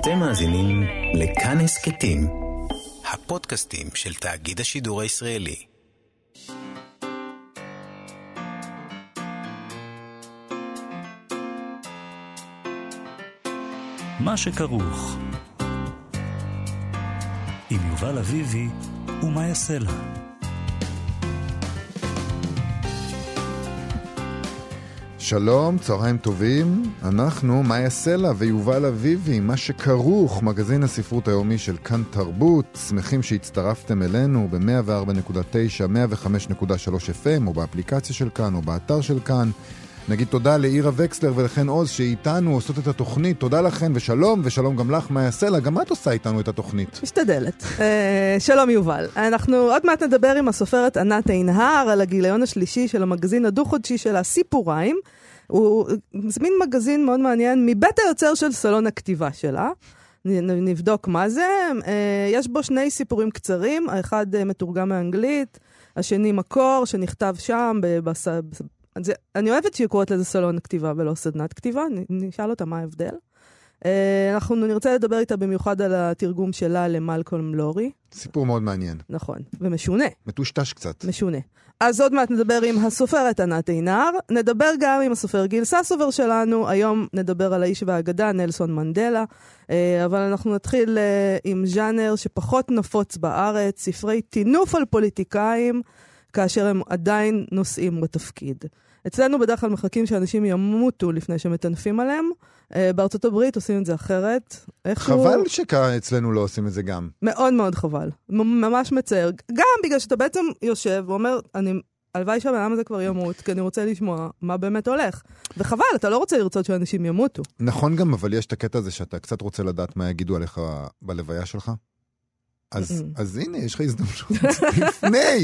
אתם מאזינים לכאן הסכתים, הפודקאסטים של תאגיד השידור הישראלי. מה שכרוך עם יובל אביבי ומה יעשה לה. שלום, צהריים טובים, אנחנו מה יעשה לה ויובל אביבי, מה שכרוך, מגזין הספרות היומי של כאן תרבות. שמחים שהצטרפתם אלינו ב-104.9, 105.3 FM, או באפליקציה של כאן, או באתר של כאן. נגיד תודה לאירה וקסלר ולכן עוז שאיתנו עושות את התוכנית. תודה לכן ושלום, ושלום גם לך, מה יעשה לה? גם את עושה איתנו את התוכנית. משתדלת. שלום יובל. אנחנו עוד מעט נדבר עם הסופרת ענת עינהר על הגיליון השלישי של המגזין הדו-חודשי של הסיפוריים. הוא מין מגזין מאוד מעניין מבית היוצר של סלון הכתיבה שלה. נבדוק מה זה. יש בו שני סיפורים קצרים, האחד מתורגם מאנגלית, השני מקור שנכתב שם אני אוהבת שהיא קוראת לזה סלון כתיבה ולא סדנת כתיבה, נשאל אותה מה ההבדל. אנחנו נרצה לדבר איתה במיוחד על התרגום שלה למלקולם לורי. סיפור מאוד מעניין. נכון, ומשונה. מטושטש קצת. משונה. אז עוד מעט נדבר עם הסופרת ענת עינהר, נדבר גם עם הסופר גיל ססובר שלנו, היום נדבר על האיש והאגדה, נלסון מנדלה, אבל אנחנו נתחיל עם ז'אנר שפחות נפוץ בארץ, ספרי טינוף על פוליטיקאים, כאשר הם עדיין נושאים בתפקיד. אצלנו בדרך כלל מחכים שאנשים ימותו לפני שמטנפים עליהם. בארצות הברית עושים את זה אחרת. חבל שאצלנו לא עושים את זה גם. מאוד מאוד חבל. ממש מצער. גם בגלל שאתה בעצם יושב ואומר, הלוואי שהבן הזה כבר ימות, כי אני רוצה לשמוע מה באמת הולך. וחבל, אתה לא רוצה לרצות שאנשים ימותו. נכון גם, אבל יש את הקטע הזה שאתה קצת רוצה לדעת מה יגידו עליך בלוויה שלך. אז הנה, יש לך הזדמנות לפני.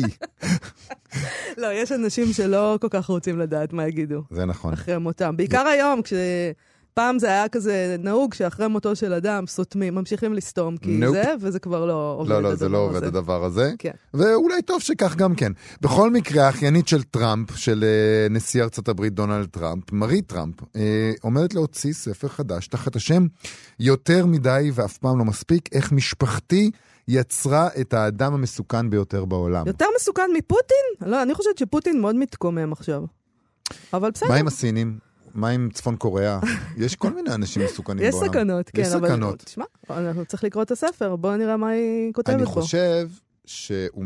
לא, יש אנשים שלא כל כך רוצים לדעת מה יגידו. זה נכון. אחרי מותם. בעיקר היום, כשפעם זה היה כזה נהוג, שאחרי מותו של אדם סותמים, ממשיכים לסתום, כי זה, וזה כבר לא עובד הדבר הזה. לא, זה לא עובד הדבר הזה. כן. ואולי טוב שכך גם כן. בכל מקרה, האחיינית של טראמפ, של נשיא ארצות הברית דונלד טראמפ, מרי טראמפ, עומדת להוציא ספר חדש, תחת השם יותר מדי ואף פעם לא מספיק, איך משפחתי יצרה את האדם המסוכן ביותר בעולם. יותר מסוכן מפוטין? לא, אני חושבת שפוטין מאוד מתקומם עכשיו. אבל בסדר. מה עם הסינים? מה עם צפון קוריאה? יש כל מיני אנשים מסוכנים בעולם. יש סכנות, כן. יש סכנות. תשמע, אנחנו צריך לקרוא את הספר, בואו נראה מה היא כותבת בו. אני חושב שהוא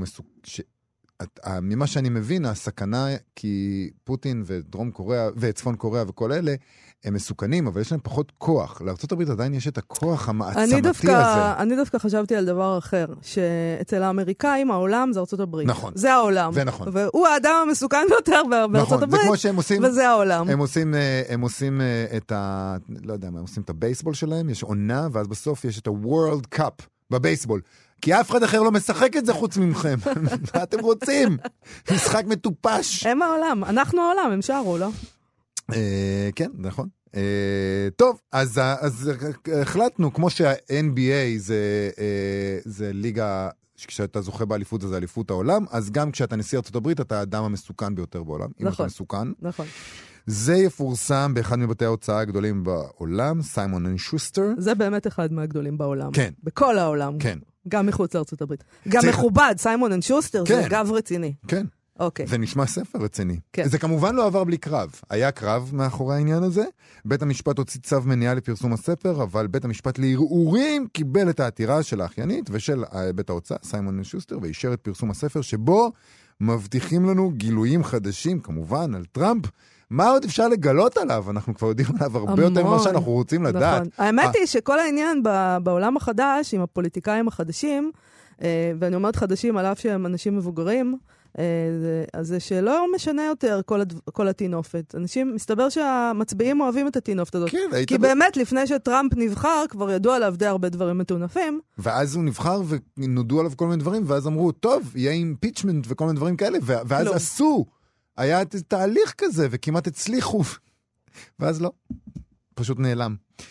ממה שאני מבין, הסכנה, כי פוטין ודרום קוריאה, וצפון קוריאה וכל אלה, הם מסוכנים, אבל יש להם פחות כוח. לארצות הברית עדיין יש את הכוח המעצמתי הזה. אני דווקא חשבתי על דבר אחר, שאצל האמריקאים העולם זה ארצות הברית. נכון. זה העולם. זה נכון. והוא האדם המסוכן ביותר בארצות הברית. זה כמו שהם עושים, וזה העולם. הם עושים את לא יודע מה, הם עושים את הבייסבול שלהם, יש עונה, ואז בסוף יש את ה-World Cup בבייסבול. כי אף אחד אחר לא משחק את זה חוץ ממכם. מה אתם רוצים? משחק מטופש. הם העולם. אנחנו העולם, הם שרו, לא? כן, נכון. טוב, אז החלטנו, כמו שה-NBA זה ליגה, כשאתה זוכה באליפות זה אליפות העולם, אז גם כשאתה נשיא ארצות הברית, אתה האדם המסוכן ביותר בעולם. אם אתה מסוכן. נכון. זה יפורסם באחד מבתי ההוצאה הגדולים בעולם, סיימון אנד שוסטר. זה באמת אחד מהגדולים בעולם. כן. בכל העולם. כן. גם מחוץ לארצות הברית. גם מכובד, סיימון אנד שוסטר, זה גב רציני. כן. אוקיי. זה נשמע ספר רציני. כן. זה כמובן לא עבר בלי קרב. היה קרב מאחורי העניין הזה. בית המשפט הוציא צו מניעה לפרסום הספר, אבל בית המשפט לערעורים קיבל את העתירה של האחיינית ושל בית ההוצאה, סיימון ושוסטר, ואישר את פרסום הספר, שבו מבטיחים לנו גילויים חדשים, כמובן, על טראמפ. מה עוד אפשר לגלות עליו? אנחנו כבר יודעים עליו הרבה יותר ממה שאנחנו רוצים לדעת. נכון. האמת היא שכל העניין בעולם החדש, עם הפוליטיקאים החדשים, ואני אומרת חדשים על אף שהם אנשים מבוגרים, אז זה שלא משנה יותר כל התינופת. אנשים, מסתבר שהמצביעים אוהבים את התינופת הזאת. כן, כי באמת, לפני שטראמפ נבחר, כבר ידעו עליו די הרבה דברים מטונפים. ואז הוא נבחר ונודעו עליו כל מיני דברים, ואז אמרו, טוב, יהיה אימפיצ'מנט וכל מיני דברים כאלה, ואז עשו. היה תהליך כזה, וכמעט הצליחו. ואז לא. פשוט נעלם.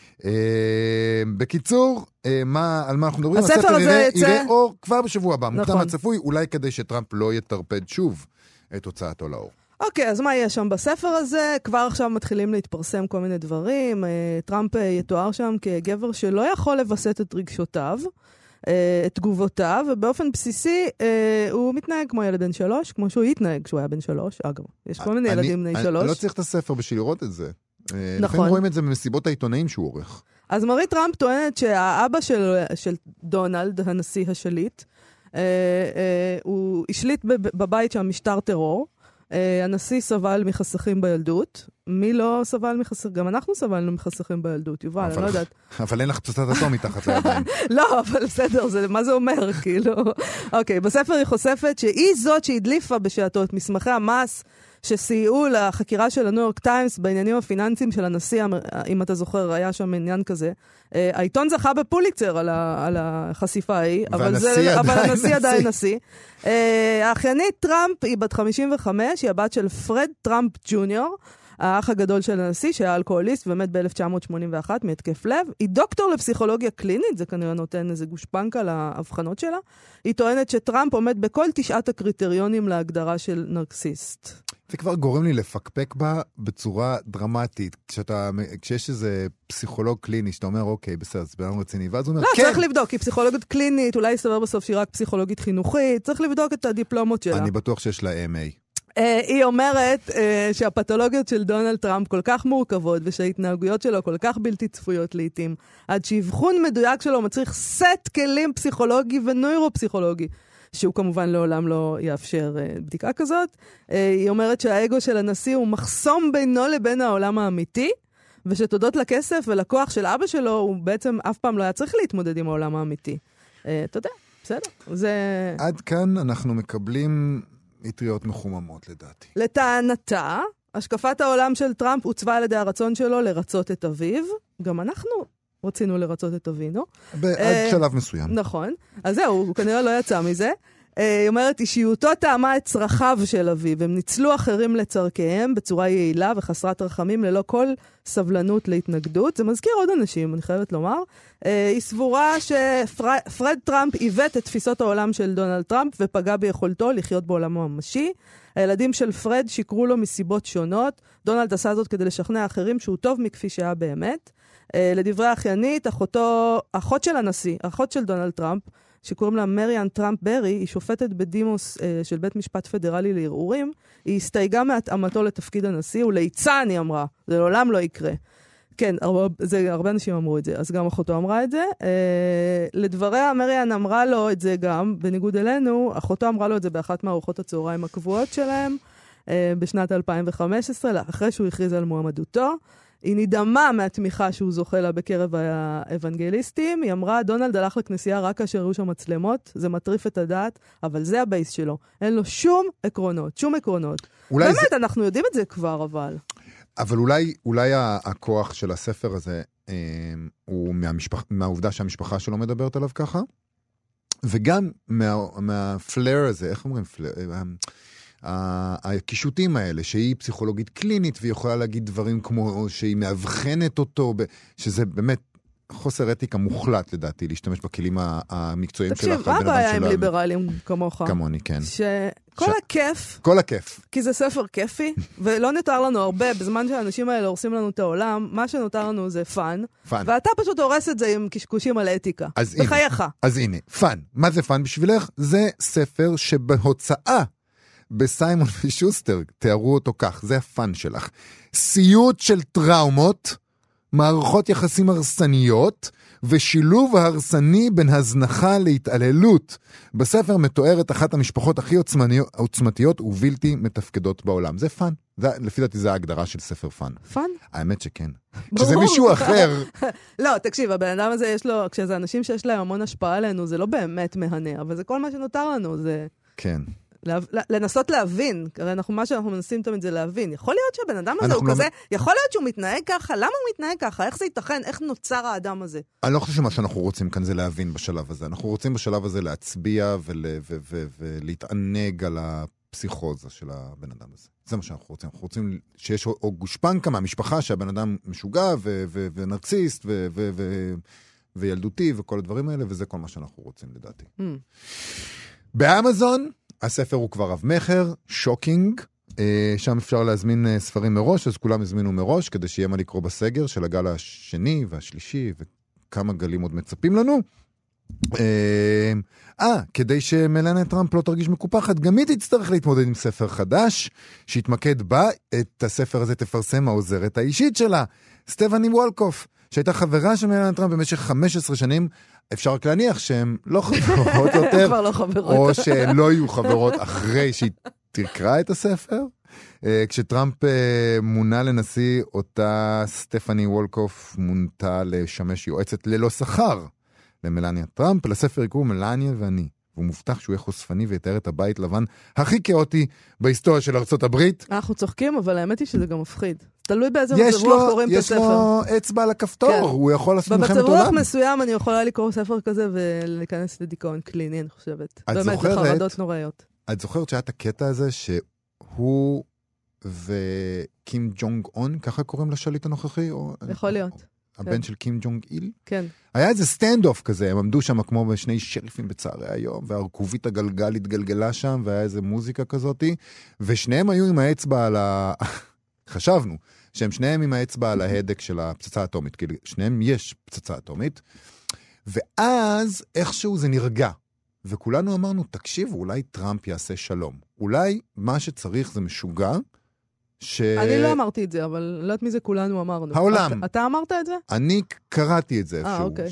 בקיצור, על מה אנחנו מדברים? הספר הזה יראה אור כבר בשבוע הבא, מוקדם הצפוי, אולי כדי שטראמפ לא יטרפד שוב את הוצאתו לאור. אוקיי, אז מה יהיה שם בספר הזה? כבר עכשיו מתחילים להתפרסם כל מיני דברים. טראמפ יתואר שם כגבר שלא יכול לבסט את רגשותיו, את תגובותיו, ובאופן בסיסי הוא מתנהג כמו ילד בן 3, כמו שהוא התנהג כשהוא היה בן 3. אגב, יש כל מיני ילדים בני 3. אני לא צריך את הספר בשביל לראות את זה. נכון. לפעמים רואים את זה במסיבות העיתונאים שהוא עורך. אז מרי טראמפ טוענת שהאבא של דונלד, הנשיא השליט, הוא השליט בבית שם משטר טרור. הנשיא סבל מחסכים בילדות. מי לא סבל מחסכים? גם אנחנו סבלנו מחסכים בילדות, יובל, אני לא יודעת. אבל אין לך פצצת אטום מתחת לידיים. לא, אבל בסדר, מה זה אומר? כאילו, אוקיי, בספר היא חושפת שהיא זאת שהדליפה בשעתו את מסמכי המס שסייעו לחקירה של הניו יורק טיימס בעניינים הפיננסיים של הנשיא, אם אתה זוכר, היה שם עניין כזה. העיתון זכה בפוליצר על החשיפה ההיא, אבל הנשיא עדיין נשיא. האחיינית טראמפ היא בת 55, היא הבת של פרד טראמפ ג'וניור, האח הגדול של הנשיא, שהיה אלכוהוליסט ומת ב-1981 מהתקף לב. היא דוקטור לפסיכולוגיה קלינית, זה כנראה נותן איזה גושפנקה להבחנות שלה. היא טוענת שטראמפ עומד בכל 9 הקריטריונים להגדרה של נרקסיסט. זה כבר גורם לי לפקפק בה בצורה דרמטית. כשיש איזה פסיכולוג קליני, שאתה אומר, אוקיי, בסדר, זה בן רציני, ואז הוא אומר, כן. לא, צריך לבדוק, היא פסיכולוגית קלינית, אולי יסתבר בסוף שהיא רק פסיכולוגית חינוכית, צריך לבדוק את הדיפלומות שלה. אני בטוח שיש לה MA. היא אומרת שהפתולוגיות של דונלד טראמפ כל כך מורכבות, ושההתנהגויות שלו כל כך בלתי צפויות לעתים, עד שאבחון מדויק שלו מצריך סט כלים פסיכולוגי ונוירופסיכולוגי, שהוא כמובן לעולם לא יאפשר בדיקה כזאת. היא אומרת שהאגו של הנשיא הוא מחסום בינו לבין העולם האמיתי, ושתודות לכסף ולכוח של אבא שלו, הוא בעצם אף פעם לא היה צריך להתמודד עם העולם האמיתי. אתה יודע, בסדר. עד כאן אנחנו מקבלים יתריות מחוממות לדעתי. לטענתה, השקפת העולם של טראמפ הוצבה על ידי הרצון שלו לרצות את אביו. גם אנחנו רצינו לרצות את אבינו. עד שלב מסוים. נכון. אז זהו, הוא כנראה לא יצא מזה. היא אומרת, אישיותו טעמה את צרכיו של אביו, הם ניצלו אחרים לצרכיהם בצורה יעילה וחסרת רחמים, ללא כל סבלנות להתנגדות. זה מזכיר עוד אנשים, אני חייבת לומר. היא סבורה שפרד טראמפ עיוות את תפיסות העולם של דונלד טראמפ, ופגע ביכולתו לחיות בעולמו הממשי. הילדים של פרד שיקרו לו מסיבות שונות. דונלד עשה זאת כדי לשכנע אחרים שהוא טוב מכפי שהיה באמת. לדברי האחיינית, אחות של הנשיא, אחות של דונלד טראמפ, שקוראים לה מריאן טראמפ ברי, היא שופטת בדימוס של בית משפט פדרלי לערעורים, היא הסתייגה מהתאמתו לתפקיד הנשיא, וליצן היא אמרה, זה לעולם לא יקרה. כן, הרבה אנשים אמרו את זה, אז גם אחותו אמרה את זה. לדבריה, מריאן אמרה לו את זה גם, בניגוד אלינו, אחותו אמרה לו את זה באחת מארוחות הצהריים הקבועות שלהם, בשנת 2015, אחרי שהוא הכריז על מועמדותו. היא נדהמה מהתמיכה שהוא זוכה לה בקרב האבנגליסטים. היא אמרה, דונלד הלך לכנסייה רק כאשר היו שם מצלמות, זה מטריף את הדעת, אבל זה הבייס שלו. אין לו שום עקרונות, שום עקרונות. באמת, אנחנו יודעים את זה כבר, אבל אולי הכוח של הספר הזה הוא מהעובדה שהמשפחה שלו מדברת עליו ככה, וגם מהפלר הזה, איך אומרים פלר? הקישוטים האלה, שהיא פסיכולוגית קלינית, והיא יכולה להגיד דברים כמו שהיא מאבחנת אותו, שזה באמת חוסר אתיקה מוחלט לדעתי, להשתמש בכלים המקצועיים שלך. תקשיב, מה הבעיה עם ליברלים כמוך? כמוני, כן. כל הכיף, כי זה ספר כיפי, ולא נותר לנו הרבה, בזמן שהאנשים האלה הורסים לנו את העולם, מה שנותר לנו זה פן, ואתה פשוט הורס את זה עם קשקושים על אתיקה. בחייך. אז הנה, פן. מה זה פן בשבילך? זה ספר שבהוצאה בסיימון ושוסטר, תיארו אותו כך, זה הפן שלך. סיוט של טראומות, מערכות יחסים הרסניות, ושילוב ההרסני בין הזנחה להתעללות. בספר מתוארת אחת המשפחות הכי עוצמתיות ובלתי מתפקדות בעולם. זה פן. לפי דעתי זה ההגדרה של ספר פן. פן? האמת שכן. שזה מישהו אחר. לא, תקשיב, הבן אדם הזה יש לו, כשזה אנשים שיש להם המון השפעה עלינו, זה לא באמת מהנה, אבל זה כל מה שנותר לנו, זה... כן. לנסות להבין, הרי מה שאנחנו מנסים תמיד זה להבין. יכול להיות שהבן אדם הזה הוא כזה, יכול להיות שהוא מתנהג ככה, למה הוא מתנהג ככה? איך זה ייתכן? איך נוצר האדם הזה? אני לא חושב שמה שאנחנו רוצים כאן זה להבין בשלב הזה. אנחנו רוצים בשלב הזה להצביע ולהתענג על הפסיכוזה של הבן אדם הזה. זה מה שאנחנו רוצים. אנחנו רוצים שיש או גושפנקה מהמשפחה שהבן אדם משוגע ונרקסיסט וילדותי וכל הדברים האלה, וזה כל מה שאנחנו רוצים לדעתי. באמזון הספר הוא כבר רב מחר, שוקינג, שם אפשר להזמין ספרים מראש, אז כולם הזמינו מראש, כדי שיהיה מה לקרוא בסגר של הגל השני והשלישי, וכמה גלים עוד מצפים לנו. כדי שמלניה טראמפ לא תרגיש מקופחת, גם היא תצטרך להתמודד עם ספר חדש, שיתמקד בה, את הספר הזה תפרסם העוזרת האישית שלה, סטפני וולקוף, שהייתה חברה של מלניה טראמפ במשך 15 שנים, אפשר רק להניח שהן לא חברות יותר, או שהן לא יהיו חברות אחרי שהיא תקרא את הספר. כשטראמפ מונה לנשיא, אותה סטפני וולקוף מונתה לשמש יועצת ללא שכר למלניה טראמפ. לספר יקראו מלניה ואני, והוא מובטח שהוא יהיה חושפני ויתאר את הבית לבן הכי כאוטי בהיסטוריה של ארצות הברית. אנחנו צוחקים, אבל האמת היא שזה גם מפחיד. תלוי באיזה מצב רוח קוראים את הספר. יש לו אצבע על הכפתור, כן. הוא יכול לעשות מלחמת עולם. במצב רוח מסוים אני יכולה לקרוא ספר כזה ולהיכנס לדיכאון קליני, אני חושבת. באמת, לחרדות נוראיות. את זוכרת שהיה את הקטע הזה שהוא וקים ג'ונג און, ככה קוראים לשליט הנוכחי? יכול להיות. הבן של קים ג'ונג איל? כן. היה איזה סטנד-אוף כזה, הם עמדו שם כמו בשני שריפים בצערי היום, והרכובית הגלגל התגלגלה שם, והיה איזה מוזיקה כזאת, ושניהם היו עם האצבע על חשבנו, שהם שניהם עם האצבע על ההדק של הפצצה האטומית, כי שניהם יש פצצה אטומית, ואז איכשהו זה נרגע, וכולנו אמרנו, תקשיבו, אולי טראמפ יעשה שלום. אולי מה שצריך זה משוגע, אני לא אמרתי את זה, אבל לא יודעת מי זה כולנו אמרנו. העולם. אתה אמרת את זה? אני קראתי את זה איפשהו. אוקיי.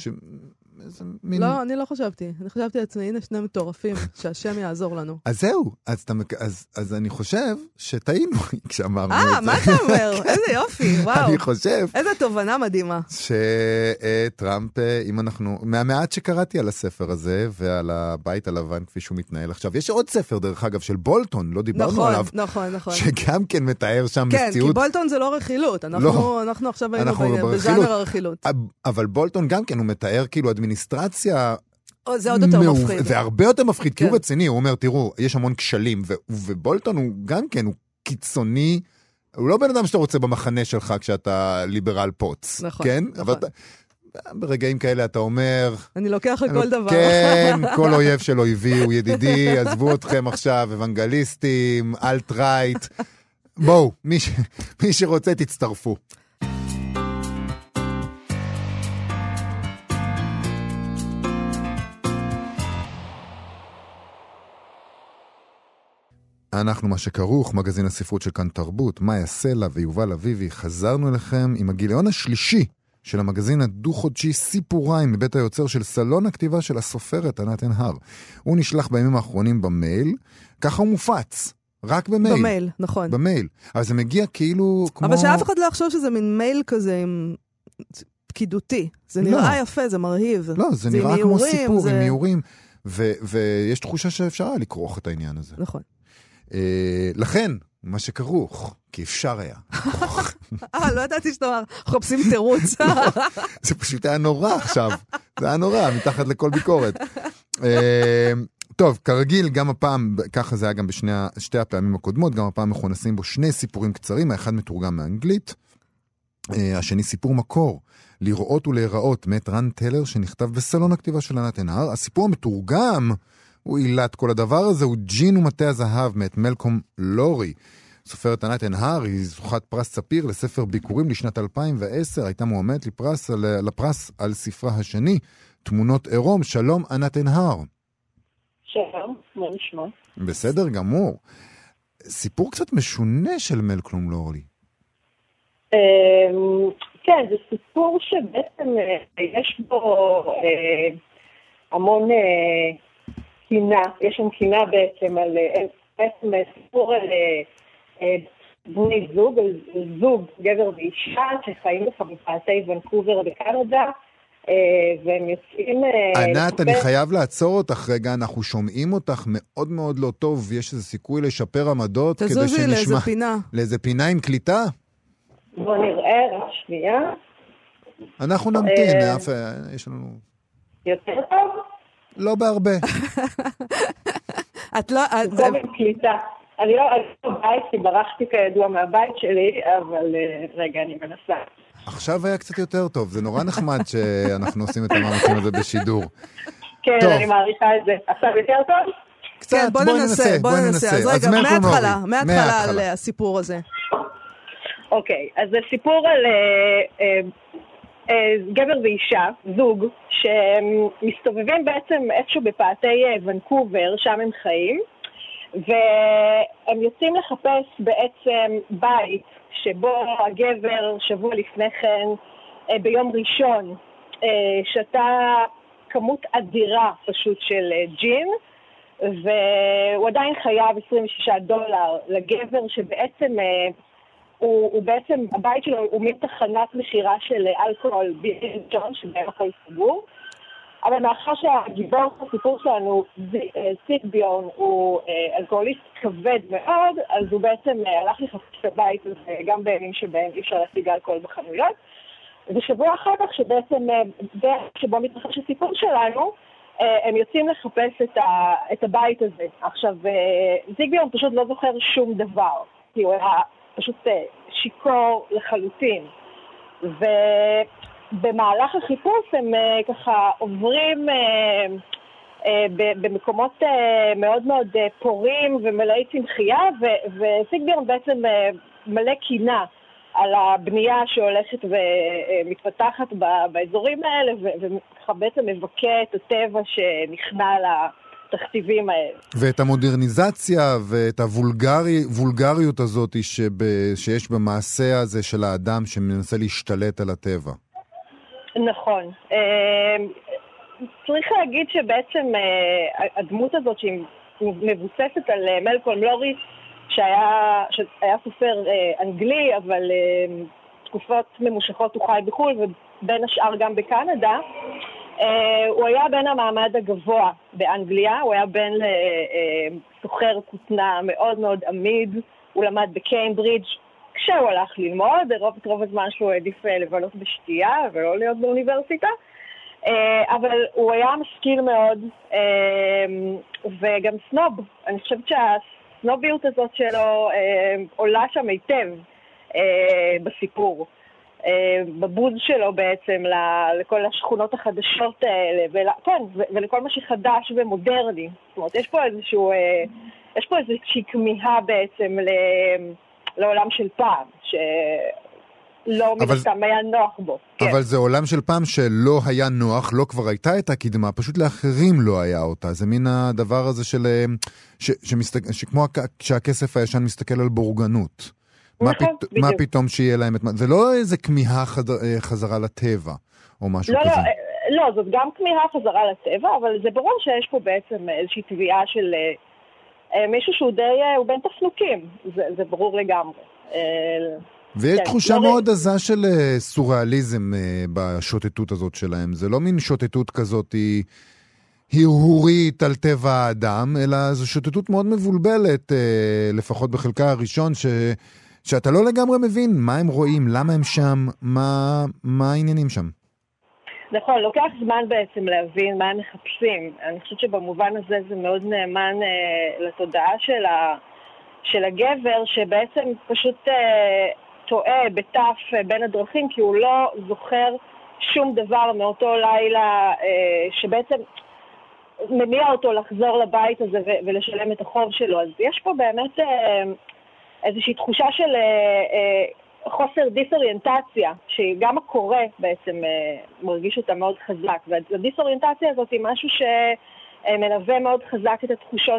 לא, אני לא חשבתי. אני חשבתי לעצמי, הנה שני מטורפים, שהשם יעזור לנו. אז זהו. אז אני חושב שטעינו כשאמרנו את זה. מה אתה אומר? איזה יופי, וואו. אני חושב. איזה תובנה מדהימה. שטראמפ, אם אנחנו, מהמעט שקראתי על הספר הזה, ועל הבית הלבן כפי שהוא מתנהל עכשיו, יש עוד ספר דרך אגב של בולטון, לא דיברנו עליו. נכון. שגם כן מתאר שם מציאות. כן, כי בולטון זה לא רכילות. אנחנו עכשיו היינו בז'אנר הרכילות. אבל בולטון גם כן, הוא מתאר כאילו אדמיניסטרציה זה עוד יותר מפחיד. זה הרבה יותר מפחיד, כי הוא רציני, הוא אומר, תראו, יש המון כשלים, ובולטון הוא גם כן, הוא קיצוני, הוא לא בן אדם שאתה רוצה במחנה שלך כשאתה ליברל פוץ. נכון. כן? אבל ברגעים כאלה אתה אומר... אני לוקח לכל דבר. כן, כל אויב של אויבי הוא ידידי, עזבו אתכם עכשיו, אוונגליסטים, אלט-רייט. בואו, מי שרוצה תצטרפו. אנחנו מה שכרוך, מגזין הספרות של כאן תרבות, מאיה סלע ויובל אביבי, חזרנו אליכם עם הגיליון השלישי של המגזין הדו-חודשי סיפוריים מבית היוצר של סלון הכתיבה של הסופרת ענת עין-הר. הוא נשלח בימים האחרונים במייל, ככה הוא מופץ, רק במייל. במייל, נכון. במייל. אבל זה מגיע כאילו כמו... אבל שאף אחד לא יחשוב שזה מין מייל כזה עם פקידותי. זה נראה יפה, זה מרהיב. לא, זה נראה כמו סיפור עם איורים, ויש תחושה שאפשר לכרוך את העניין הזה. נכון. לכן, מה שכרוך, כי אפשר היה. לא ידעתי שאתה אומר, חופשים תירוץ. זה פשוט היה נורא עכשיו. זה היה נורא, מתחת לכל ביקורת. טוב, כרגיל, גם הפעם, ככה זה היה גם בשתי הפעמים הקודמות, גם הפעם מכונסים בו שני סיפורים קצרים, האחד מתורגם מאנגלית, השני סיפור מקור, לראות ולהיראות, מאת רן טלר, שנכתב בסלון הכתיבה של ענת עין-הר. הסיפור המתורגם, הוא עילת כל הדבר הזה, הוא ג'ין ומטה הזהב, מאת מלקום לורי. סופרת ענת עין-הר, היא זוכת פרס ספיר לספר ביקורים לשנת 2010, הייתה מועמדת לפרס על ספרה השני, תמונות עירום. שלום ענת עין-הר. שלום, מה נשמע? בסדר גמור. סיפור קצת משונה של מלקום לורי. כן, זה סיפור שבעצם יש בו המון קינה, יש שם קינה בעצם על סיפור על בני זוג, גבר ואישה, שחיים בפאתי ונקובר בקנדה, והם יוצאים... ענת, אני חייב לעצור אותך רגע, אנחנו שומעים אותך מאוד מאוד לא טוב, יש איזה סיכוי לשפר עמדות, תזוזי לאיזה פינה. לאיזה פינה עם קליטה? בוא נראה, רק שנייה. אנחנו נמתין, יש לנו... יותר טוב? לא בהרבה. את לא... זה בקליטה. אני לא בבית, כי ברחתי כידוע מהבית שלי, אבל רגע, אני מנסה. עכשיו היה קצת יותר טוב, זה נורא נחמד שאנחנו עושים את המאמצים הזה בשידור. כן, אני מעריכה את זה. עכשיו יותר טוב? קצת, בואי ננסה. אז רגע, מההתחלה על הסיפור הזה. אוקיי, אז זה סיפור על גבר ואישה, זוג, שמסתובבים בעצם איפשהו בפאתי ונקובר, שם הם חיים, והם יוצאים לחפש בעצם בית שבו הגבר שבוע לפני כן, ביום ראשון, שתה כמות אדירה פשוט של ג'ין, והוא עדיין חייב $26 לגבר שבעצם הוא בעצם, הבית שלו הוא מתחנת מחירה של אלכוהול ביליג'ון, שבהם הכל סגור. אבל מאחר שהגיבור הסיפור שלנו, זיגביון, הוא אלכוהוליסט כבד מאוד, אז הוא בעצם הלך לחפש את הבית הזה גם בימים שבהם אי אפשר להשיג אלכוהול בחנויות. ושבוע אחר כך שבעצם, שבו מתרחש הסיפור שלנו, הם יוצאים לחפש את הבית הזה. עכשיו, זיגביון פשוט לא זוכר שום דבר, כי הוא היה פשוט שיקור לחלוטין. ובמהלך החיפוש הם ככה עוברים במקומות מאוד מאוד פורים ומלאי צמחייה, וזיגביון בעצם מלא קינה על הבנייה שהולכת ומתפתחת באזורים האלה, וככה בעצם מבקע את הטבע שנכנע לתכתיבים האלה. ואת המודרניזציה ואת הוולגריות הזאת שיש במעשה הזה של האדם שמנסה להשתלט על הטבע. נכון. צריך להגיד שבעצם הדמות הזאת שהיא מבוססת על מלקולם לוריס, שהיה סופר אנגלי, אבל תקופות ממושכות הוא חי בחו"ל, ובין השאר גם בקנדה. הוא היה בין המעמד הגבוה באנגליה, הוא היה בין סוחר כותנה מאוד מאוד עמיד, הוא למד בקיימברידג' כשהוא הלך ללמוד, רוב הזמן שהוא העדיף לבלות בשתייה ולא להיות באוניברסיטה, אבל הוא היה משכיל מאוד, וגם סנוב. אני חושבת הסנוביות הזאת שלו עולה שם היטב בסיפור. בבוז שלו בעצם לכל השכונות החדשות האלה, כן, ולכל מה שחדש ומודרני. זאת אומרת, יש פה איזושהי כמיהה בעצם לעולם של פעם, שלא מסתם היה נוח בו. אבל זה עולם של פעם שלא היה נוח, לא כבר הייתה את הקדמה, פשוט לאחרים לא היה אותה. זה מין הדבר הזה שכמו שהכסף הישן מסתכל על בורגנות. מה פתאום שיהיה להם? זה לא איזה כמיהה חזרה לטבע, או משהו כזה. לא, זאת גם כמיהה חזרה לטבע, אבל זה ברור שיש פה בעצם איזושהי תביעה של מישהו שהוא הוא בין תפנוקים. זה ברור לגמרי. ויש תחושה מאוד עזה של סוריאליזם בשוטטות הזאת שלהם. זה לא מין שוטטות כזאת הרהורית על טבע האדם, אלא זו שוטטות מאוד מבולבלת, לפחות בחלקה הראשון, שאתה לא לגמרי מבין מה הם רואים, למה הם שם, מה העניינים שם. נכון, לוקח זמן בעצם להבין מה הם מחפשים. אני חושבת שבמובן הזה זה מאוד נאמן לתודעה של הגבר, שבעצם פשוט טועה בטף בין הדרכים, כי הוא לא זוכר שום דבר מאותו לילה שבעצם מניע אותו לחזור לבית הזה ולשלם את החוב שלו. אז יש פה באמת איזושהי תחושה של חוסר דיסאוריינטציה, שגם הקורא בעצם מרגיש אותה מאוד חזק. והדיסאוריינטציה הזאת היא משהו שמלווה מאוד חזק את התחושות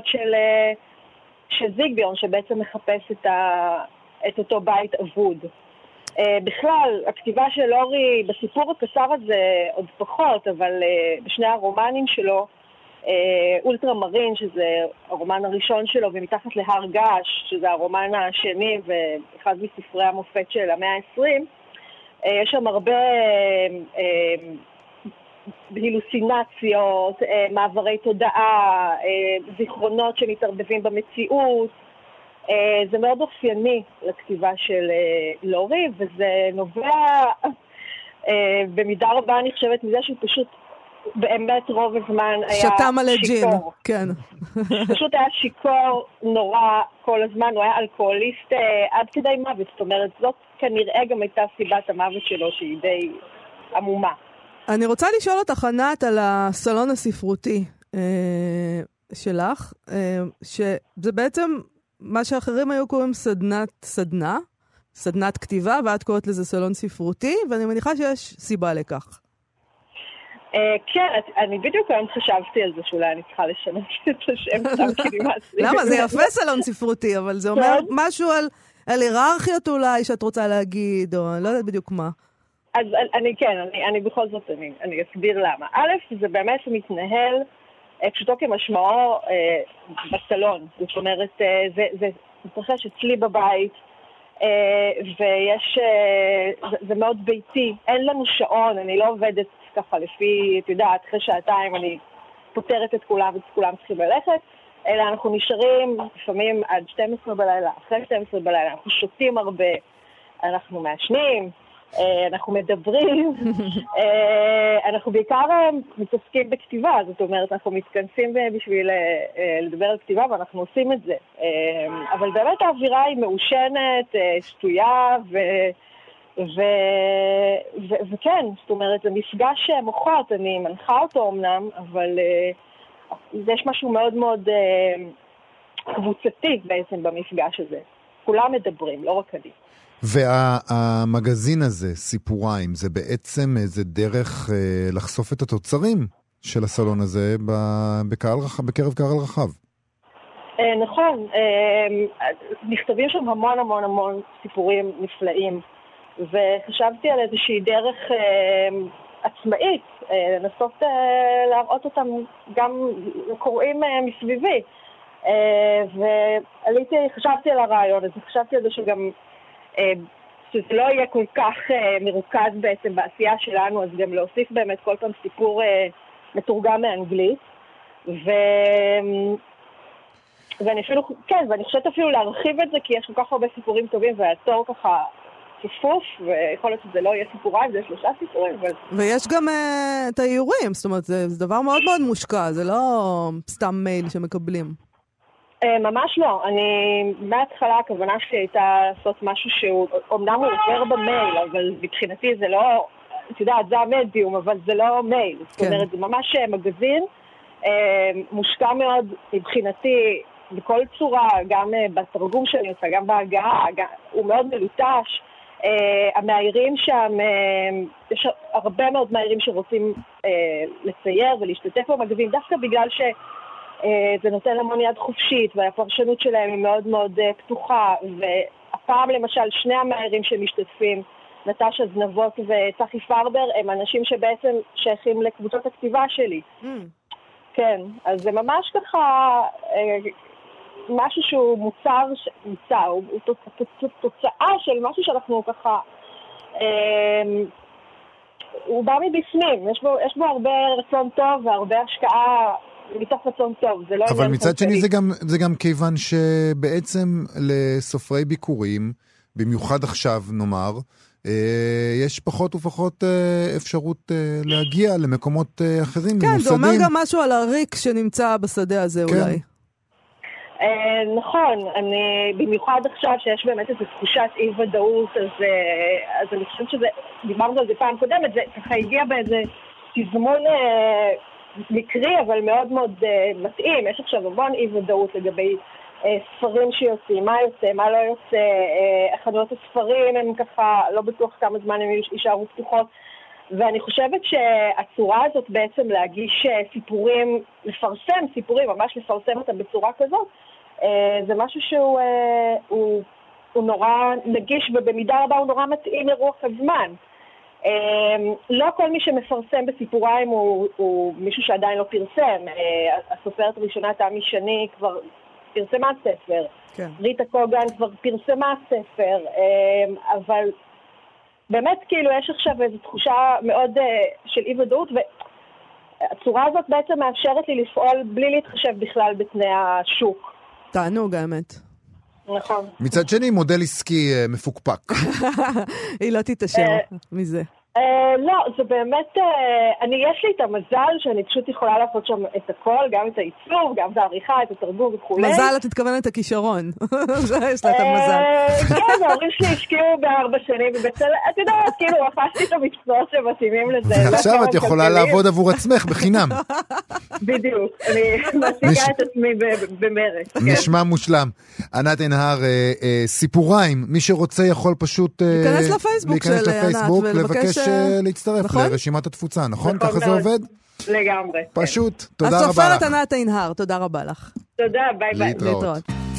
של זיגביון, שבעצם מחפש את אותו בית אבוד. בכלל, הכתיבה של לורי בסיפור הקצר הזה עוד פחות, אבל בשני הרומנים שלו, אולטרה מרין, שזה הרומן הראשון שלו, ומתחת להר געש, שזה הרומן השני ואחד מספרי המופת של המאה ה-20, יש שם הרבה הלוסינציות, מעברי תודעה, זיכרונות שמתערבבים במציאות. זה מאוד אופייני לכתיבה של לורי, וזה נובע במידה רבה, אני חושבת, מזה שהוא פשוט באמת רוב הזמן היה שתה מלא ג'ין, כן. פשוט היה שיקור נורא כל הזמן, הוא היה אלכוהוליסט עד כדי מוות, זאת אומרת, זאת כנראה גם הייתה סיבת המוות שלו, שהיא די עמומה. אני רוצה לשאול אותך, ענת, על הסלון הספרותי. שלך, שזה בעצם מה שאחרים היו קוראים סדנת כתיבה, ואת קוראת לזה סלון ספרותי, ואני מניחה שיש סיבה לכך. כן, אני בדיוק היום חשבתי על זה, שאולי אני צריכה לשנות את השם, למה? זה יפה סלון ספרותי, אבל זה אומר משהו על היררכיות אולי שאת רוצה להגיד, או אני לא יודעת בדיוק מה. אז אני בכל זאת, אני אסביר למה. א', זה באמת מתנהל פשוטו כמשמעו בסלון. זאת אומרת, זה מתרחש אצלי בבית, ויש, זה מאוד ביתי. אין לנו שעון, אני לא עובדת ככה לפי, את יודעת, אחרי שעתיים אני פותרת את כולם וכולם צריכים ללכת, אלא אנחנו נשארים לפעמים עד 12 בלילה, אחרי 12 בלילה, אנחנו שותים הרבה, אנחנו מעשנים, אנחנו מדברים, אנחנו בעיקר מתעסקים בכתיבה, זאת אומרת, אנחנו מתכנסים בשביל לדבר על כתיבה ואנחנו עושים את זה. אבל באמת האווירה היא מאושנת, שטויה, וכן, זאת אומרת, זה מפגש מוחות, אני מנחה אותו אמנם, אבל יש משהו מאוד מאוד קבוצתי בעצם במפגש הזה. כולם מדברים, לא רק אני. והמגזין הזה, סיפוריים, זה בעצם איזה דרך לחשוף את התוצרים של הסלון הזה בקרב קהל רחב. נכון, נכתבים שם המון המון המון סיפורים נפלאים, וחשבתי על איזושהי דרך עצמאית, לנסות להראות אותם גם לקוראים מסביבי. חשבתי על הרעיון הזה, חשבתי על זה שגם שזה לא יהיה כל כך מרוכז בעצם בעשייה שלנו, אז גם להוסיף באמת כל פעם סיפור מתורגם מאנגלית, ואני אפילו, כן, ואני חושבת אפילו להרחיב את זה, כי יש כל כך הרבה סיפורים טובים, והתור ככה צפוף, ויכול להיות שזה לא יהיה סיפוריים, זה 3 סיפורים. ויש גם את האיורים, זאת אומרת, זה דבר מאוד מאוד מושקע, זה לא סתם מייל שמקבלים. ממש לא. מההתחלה הכוונה שלי הייתה לעשות משהו שהוא, אומנם הוא עובר במייל, אבל מבחינתי זה לא, את יודעת, זה המדיום, אבל זה לא מייל. זאת אומרת, זה ממש מגזין, מושקע מאוד מבחינתי בכל צורה, גם בתרגום שאני עושה, גם בהגעה, הוא מאוד מלוטש. המאיירים שם, יש הרבה מאוד מאיירים שרוצים לצייר ולהשתתף במגזין, דווקא בגלל זה נותן המון יד חופשית, והפרשנות שלהם היא מאוד מאוד פתוחה, והפעם למשל 2 המאיירים שמשתתפים, נטשה זנבות וצחי פרבר, הם אנשים שבעצם שייכים לקבוצות הכתיבה שלי. כן, אז זה ממש ככה משהו שהוא מוצר, הוא תוצאה של משהו שאנחנו ככה, הוא בא מבפנים, יש בו הרבה רצון טוב והרבה השקעה מתוך רצון טוב, זה לא... אבל מצד שני זה גם כיוון שבעצם לסופרי ביקורים, במיוחד עכשיו נאמר, יש פחות ופחות אפשרות להגיע למקומות אחרים. כן, זה אומר גם משהו על הריק שנמצא בשדה הזה אולי. נכון, במיוחד עכשיו שיש באמת איזו תחושת אי ודאות, אז אני חושבת שזה, דיברנו על זה פעם קודמת, זה ככה הגיע באיזה תזמון מקרי, אבל מאוד מאוד מתאים. יש עכשיו המון אי ודאות לגבי ספרים שיוצאים, מה יוצא, מה לא יוצא, חנויות הספרים הם ככה, לא בטוח כמה זמן הם יישארו פתוחות, ואני חושבת שהצורה הזאת בעצם להגיש סיפורים, לפרסם סיפורים, ממש לפרסם אותם בצורה כזאת, זה משהו שהוא נורא נגיש, ובמידה רבה הוא נורא מתאים לרוח הזמן. לא כל מי שמפרסם בסיפוריים הוא מישהו שעדיין לא פרסם. הסופרת הראשונה תמי שני כבר פרסמה ספר, כן. ריטה קוגן כבר פרסמה ספר, אבל באמת כאילו יש עכשיו איזו תחושה מאוד של אי ודאות, והצורה הזאת בעצם מאפשרת לי לפעול בלי להתחשב בכלל בתנאי השוק. תענוג האמת. נכון. מצד שני מודל עסקי מפוקפק. היא לא תתאשר מזה. לא, זה באמת, יש לי את המזל שאני פשוט יכולה לעשות שם את הכל, גם את העיצוב, גם את העריכה, את התרגום וכו'. מזל, את מתכוונת את הכישרון. יש לה את המזל. כן, ההורים שלי השקיעו ב4 שנים בבצל, את יודעת, כאילו, רכשתי את המקצועות שמתאימים לזה. ועכשיו את יכולה לעבוד עבור עצמך בחינם. בדיוק, אני מעסיקה את עצמי במרץ. נשמע מושלם. ענת עינהר, סיפוריים, מי שרוצה יכול פשוט להיכנס לפייסבוק של ענת ולבקש להצטרף לרשימת התפוצה, נכון? ככה זה עובד? לגמרי. פשוט, תודה רבה לך. הסופרת ענת עינהר, תודה רבה לך. תודה, ביי ביי. להתראות.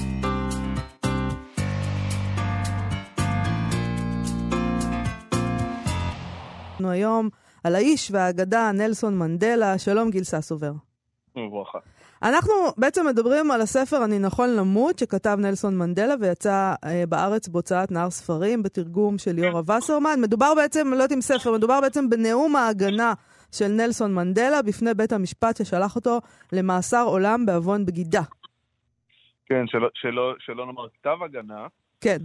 אנחנו היום על האיש והאגדה נלסון מנדלה. שלום גיל ססובר. וברכה. אנחנו בעצם מדברים על הספר אני נכון למות שכתב נלסון מנדלה ויצא בארץ בהוצאת נהר ספרים בתרגום של יורה וסרמן. מדובר בעצם, לא יודעת אם ספר, מדובר בעצם בנאום ההגנה של נלסון מנדלה בפני בית המשפט ששלח אותו למאסר עולם בעוון בגידה. כן, שלא נאמר כתב הגנה. כן.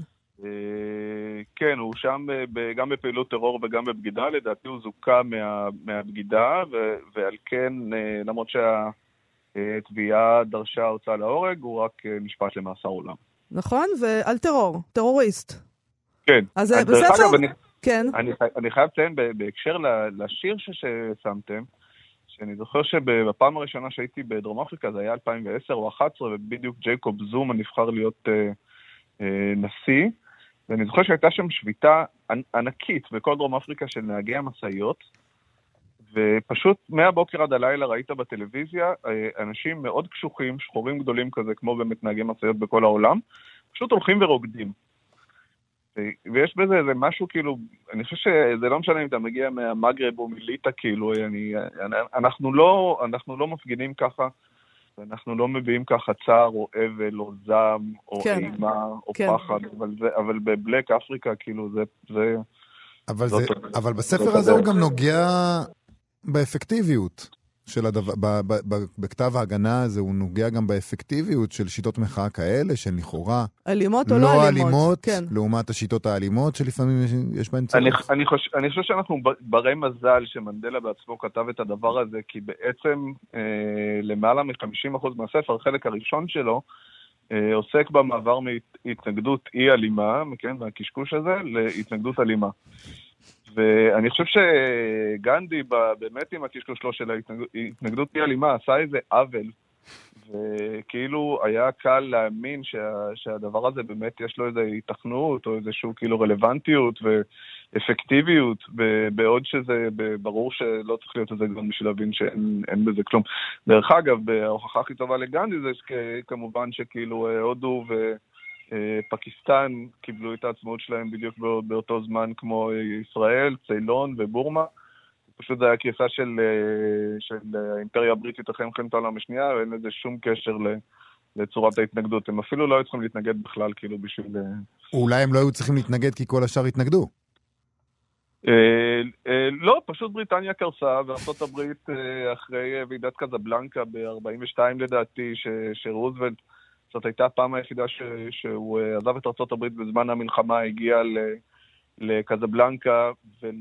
כן, הוא שם גם בפעילות טרור וגם בבגידה, לדעתי הוא זוכה מהבגידה, ועל כן, למרות שהתביעה דרשה הוצאה להורג, הוא רק נשפט למאסר עולם. נכון, ועל טרור, טרוריסט. כן. אז בספר... כן. אני חייב לציין בהקשר לשיר ששמתם, שאני זוכר שבפעם הראשונה שהייתי בדרום אפריקה, זה היה 2010 או 2011, ובדיוק ג'ייקוב זומה נבחר להיות נשיא, ואני זוכר שהייתה שם שביתה ענקית בכל דרום אפריקה של נהגי המשאיות, ופשוט מהבוקר עד הלילה ראית בטלוויזיה אנשים מאוד קשוחים, שחורים גדולים כזה, כמו באמת נהגי משאיות בכל העולם, פשוט הולכים ורוקדים. ויש בזה איזה משהו כאילו, אני חושב שזה לא משנה אם אתה מגיע מהמגרב או מליטה כאילו, אנחנו לא מפגינים ככה, ואנחנו לא מביאים ככה צער או אבל או זעם או אימה או פחד, אבל בבלק אפריקה כאילו זה... אבל בספר הזה הוא גם נוגע באפקטיביות של בכתב ההגנה הזה, הוא נוגע גם באפקטיביות של שיטות מחאה כאלה, של לכאורה אלימות או לא אלימות, לעומת השיטות האלימות שלפעמים יש בהן צורך. אני חושב שאנחנו ברי מזל שמנדלה בעצמו כתב את הדבר הזה, כי בעצם למעלה מ-50% מהספר, החלק הראשון שלו, עוסק במעבר מהתנגדות אי אלימה, כן, והקשקוש הזה, להתנגדות אלימה. ואני חושב שגנדי, באמת עם הקשקוש שלו של ההתנגדות אי אלימה, עשה איזה עוול, וכאילו היה קל להאמין שהדבר הזה באמת יש לו איזו התכנות, או איזשהו כאילו רלוונטיות ואפקטיביות, בעוד שזה ברור שלא צריך להיות איזה גם בשביל להבין שאין בזה כלום. דרך אגב, ההוכחה הכי טובה לגנדי זה כמובן שכאילו הודו פקיסטן קיבלו את העצמאות שלהם בדיוק באותו זמן כמו ישראל, ציילון ובורמה. פשוט זה היה קריסה של האימפריה הבריטית אחרי מלחמת העולם השנייה, ואין לזה שום קשר לצורת ההתנגדות. הם אפילו לא היו צריכים להתנגד בכלל, כאילו בשביל... אולי הם לא היו צריכים להתנגד כי כל השאר התנגדו. לא, פשוט בריטניה קרסה, וארצות הברית אחרי ועידת קזבלנקה ב-42 לדעתי, שרוזוולט, זאת הייתה הפעם היחידה שהוא עזב את ארצות הברית בזמן המלחמה, הגיע לקזבלנקה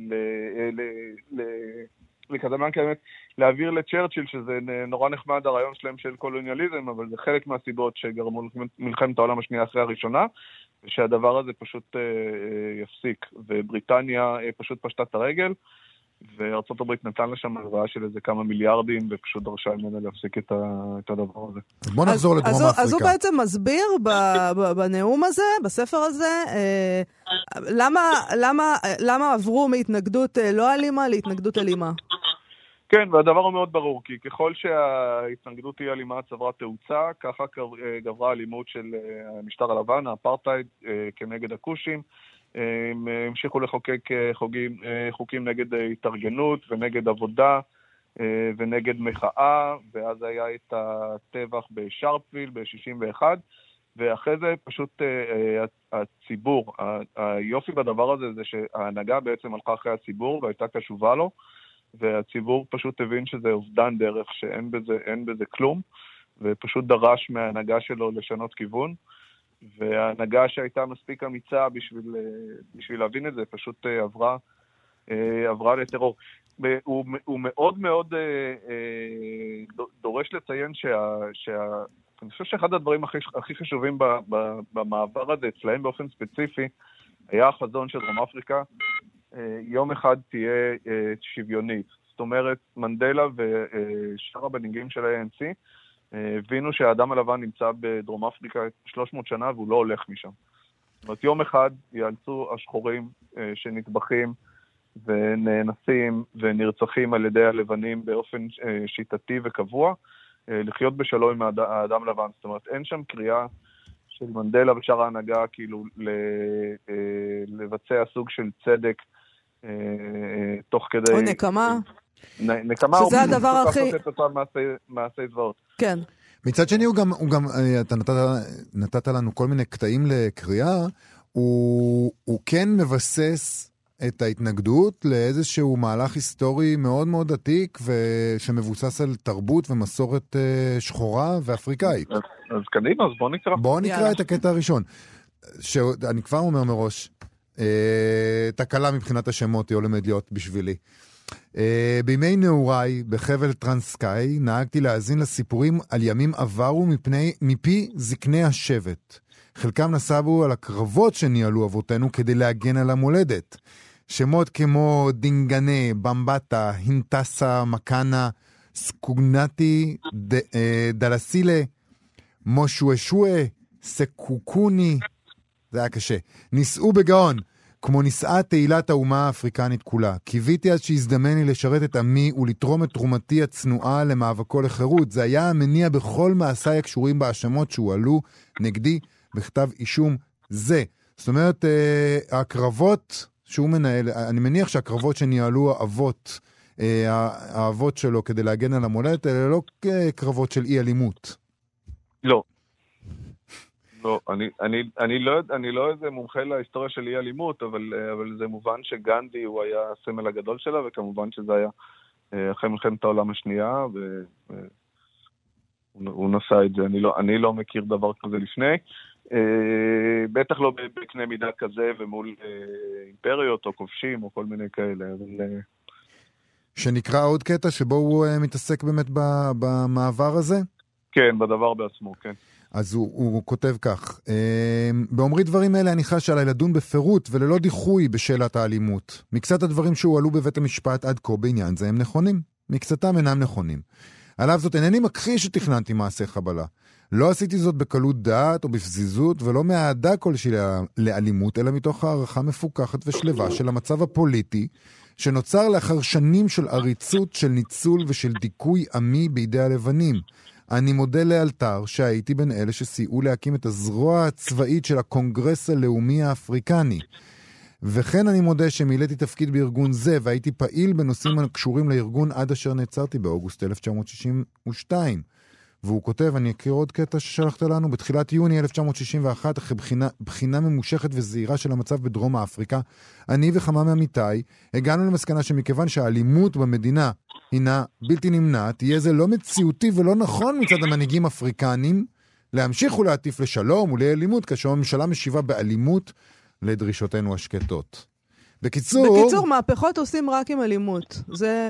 לקזבלנקה באמת להעביר לצ'רצ'יל, שזה נורא נחמד הרעיון שלהם של קולוניאליזם, אבל זה חלק מהסיבות שגרמו מלחמת העולם השנייה אחרי הראשונה, ושהדבר הזה פשוט יפסיק, ובריטניה פשוט פשטה את הרגל, וארצות הברית נתן לשם הלוואה של איזה כמה מיליארדים, ופשוט דרשה ממנה להפסיק את הדבר הזה. בוא נחזור לדרום אפריקה. אז הוא בעצם מסביר בנאום הזה, בספר הזה, למה עברו מהתנגדות לא אלימה להתנגדות אלימה. כן, והדבר הוא מאוד ברור, כי ככל שההתנגדות היא אלימה צברה תאוצה, ככה גברה אלימות של המשטר הלבן, האפרטהייד כנגד הכושים, הם המשיכו לחוקק חוקים נגד התארגנות ונגד עבודה ונגד מחאה, ואז היה את הטבח בשרפוויל ב-61, ואחרי זה פשוט הציבור, היופי בדבר הזה זה שההנהגה בעצם הלכה אחרי הציבור והייתה קשובה לו, והציבור פשוט הבין שזה אובדן דרך, שאין בזה כלום, ופשוט דרש מההנהגה שלו לשנות כיוון, וההנהגה שהייתה מספיק אמיצה בשביל להבין את זה, פשוט עברה עברה לטרור. הוא מאוד מאוד דורש לציין אני חושב שאחד הדברים הכי חשובים במעבר הזה אצלהם באופן ספציפי, היה החזון של דרום אפריקה, יום אחד תהיה שוויונית. זאת אומרת, מנדלה ושאר המנהיגים של ה-ANC הבינו שהאדם הלבן נמצא בדרום אפריקה 300 שנה והוא לא הולך משם. זאת אומרת, יום אחד יאלצו השחורים שנטבחים ונאנסים ונרצחים על ידי הלבנים באופן שיטתי וקבוע, לחיות בשלום עם האדם לבן. זאת אומרת, אין שם קריאה של מנדלה ושאר ההנהגה כאילו לבצע סוג של צדק תוך כדי... או נקמה. נקמה, שזה הדבר הכי... לעשות את אותם מעשי זוועות. כן. מצד שני, אתה נתת לנו כל מיני קטעים לקריאה, הוא כן מבסס את ההתנגדות לאיזשהו מהלך היסטורי מאוד מאוד עתיק, שמבוסס על תרבות ומסורת שחורה ואפריקאית. אז קדימה, אז בוא נקרא. בוא נקרא את הקטע הראשון. שאני כבר אומר מראש, תקלה מבחינת השמות, היא עולמת להיות בשבילי. בימי נעוריי בחבל טרנסקאי נהגתי להאזין לסיפורים על ימים עברו מפי זקני השבט. חלקם נסבו על הקרבות שניהלו אבותינו כדי להגן על המולדת. שמות כמו דינגנה, במבטה, הינטסה, מקנה, סקוגנטי, דלסילה, מושואשואה, סקוקוני, זה היה קשה. נישאו בגאון, כמו נישאה תהילת האומה האפריקנית כולה. קיוויתי אז שהזדמן לי לשרת את עמי ולתרום את תרומתי הצנועה למאבקו לחירות. זה היה המניע בכל מעשיי הקשורים בהאשמות שהועלו נגדי בכתב אישום זה. זאת אומרת, הקרבות שהוא מנהל, אני מניח שהקרבות שניהלו האבות שלו כדי להגן על המולדת, אלה לא קרבות של אי אלימות. לא. לא, אני לא איזה מומחה להיסטוריה של אי אלימות, אבל זה מובן שגנדי הוא היה הסמל הגדול שלה, וכמובן שזה היה אחרי מלחמת העולם השנייה, והוא נשא את זה. אני לא מכיר דבר כזה לפני. בטח לא בקנה מידה כזה ומול אימפריות או כובשים או כל מיני כאלה, אבל... שנקרא עוד קטע שבו הוא מתעסק באמת במעבר הזה? כן, בדבר בעצמו, כן. אז הוא כותב כך, באומרי דברים אלה אני חש עליי לדון בפירוט וללא דיחוי בשאלת האלימות. מקצת הדברים שהועלו בבית המשפט עד כה בעניין זה הם נכונים, מקצתם אינם נכונים. עליו זאת אינני מכחיש שתכננתי מעשה חבלה. לא עשיתי זאת בקלות דעת או בפזיזות ולא מהעדה כלשהי לאלימות, אלא מתוך הערכה מפוקחת ושלווה של המצב הפוליטי, שנוצר לאחר שנים של עריצות, של ניצול ושל דיכוי עמי בידי הלבנים. אני מודה לאלתר שהייתי בין אלה שסייעו להקים את הזרוע הצבאית של הקונגרס הלאומי האפריקני. וכן אני מודה שמילאתי תפקיד בארגון זה, והייתי פעיל בנושאים הקשורים לארגון עד אשר נעצרתי באוגוסט 1962. והוא כותב, אני אקריא עוד קטע ששלחת לנו, בתחילת יוני 1961, אחרי בחינה ממושכת וזהירה של המצב בדרום אפריקה, אני וכמה מעמיתיי הגענו למסקנה שמכיוון שהאלימות במדינה הינה בלתי נמנעת, יהיה זה לא מציאותי ולא נכון מצד המנהיגים אפריקנים להמשיך ולהטיף לשלום ולאלימות, כאשר הממשלה משיבה באלימות לדרישותינו השקטות. בקיצור, מהפכות עושים רק עם אלימות.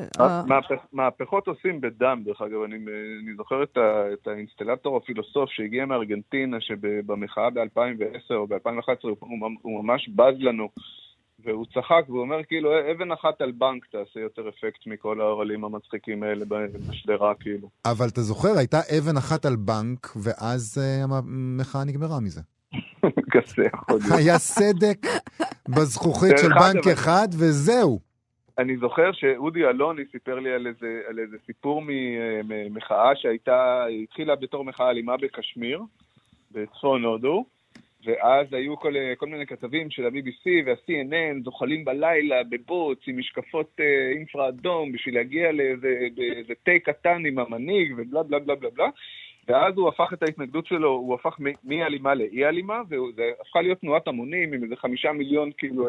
מהפכות עושים בדם, דרך אגב. אני זוכר את האינסטלטור הפילוסוף שהגיע מארגנטינה, שבמחאה ב-2010 או ב-2011 הוא ממש בז לנו, והוא צחק, והוא אומר כאילו, אבן אחת על בנק תעשה יותר אפקט מכל הערלים המצחיקים האלה בשדרה, כאילו. אבל אתה זוכר, הייתה אבן אחת על בנק, ואז המחאה נגמרה מזה. כזה יכול להיות. היה סדק בזכוכית של בנק אחד, וזהו. אני זוכר שאודי אלוני סיפר לי על איזה סיפור ממחאה שהייתה, התחילה בתור מחאה אלימה בקשמיר, בצפון הודו, ואז היו כל מיני כתבים של ה-BBC וה-CNN זוחלים בלילה בבוץ עם משקפות אינפרה אדום בשביל להגיע לאיזה תה קטן עם המנהיג ובלה בלה בלה בלה בלה, ואז הוא הפך את ההתנגדות שלו, הוא הפך מאלימה לאי אלימה, וזה הפכה להיות תנועת המונים עם איזה 5 מיליון כאילו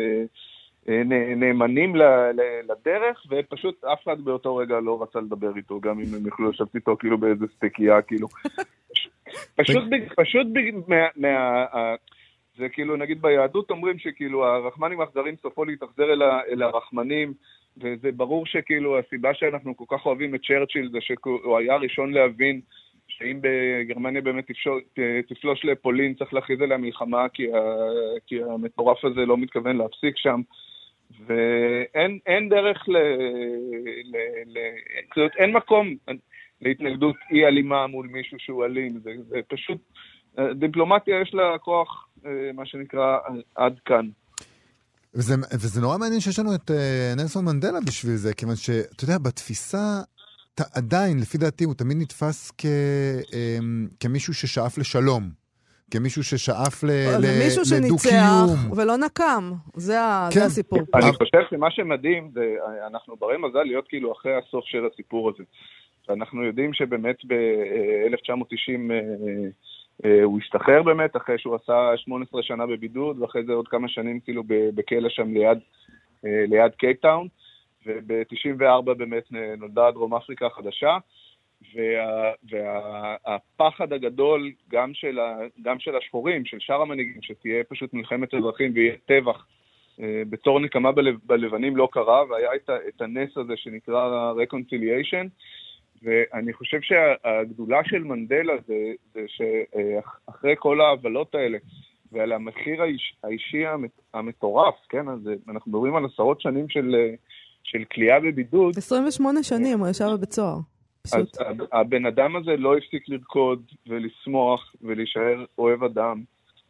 נאמנים לדרך, ופשוט אף אחד באותו רגע לא רצה לדבר איתו, גם אם הם יכלו לשבת איתו כאילו באיזה סטקייה כאילו. פשוט זה כאילו, נגיד ביהדות אומרים שכאילו הרחמנים האכזרים סופו להתאכזר אל הרחמנים, וזה ברור שכאילו הסיבה שאנחנו כל כך אוהבים את צ'רצ'יל זה שהוא היה הראשון להבין שאם בגרמניה באמת תפלוש לפולין צריך להכריז עליה מלחמה כי המטורף הזה לא מתכוון להפסיק שם, ואין דרך אין מקום להתנגדות אי אלימה מול מישהו שהוא אלים, זה פשוט, דיפלומטיה יש לה כוח, מה שנקרא, עד כאן. וזה נורא מעניין שיש לנו את נלסון מנדלה בשביל זה, כיוון שאתה יודע, בתפיסה, עדיין, לפי דעתי, הוא תמיד נתפס כמישהו ששאף לשלום, כמישהו ששאף לדו-קיום. ומישהו שניצח ולא נקם, זה הסיפור. אני חושב שמה שמדהים, אנחנו ברי מזל להיות כאילו אחרי הסוף של הסיפור הזה. ואנחנו יודעים שבאמת ב-1990 הוא השתחרר באמת, אחרי שהוא עשה 18 שנה בבידוד, ואחרי זה עוד כמה שנים כאילו בכלא שם ליד קייפטאון, וב-94 באמת נולדה דרום אפריקה החדשה, והפחד הגדול גם של השחורים, של שאר המנהיגים, שתהיה פשוט מלחמת אזרחים ויהיה טבח בצור נקמה בלבנים לא קרה, והיה את הנס הזה שנקרא reconciliation, ואני חושב שהגדולה של מנדלה זה שאחרי כל ההבלות האלה, ועל המחיר האישי המטורף, כן? אז אנחנו מדברים על עשרות שנים של כליאה בבידוד. 28 שנים הוא ישב בבית סוהר. אז הבן אדם הזה לא הפסיק לרקוד ולשמוח ולהישאר אוהב אדם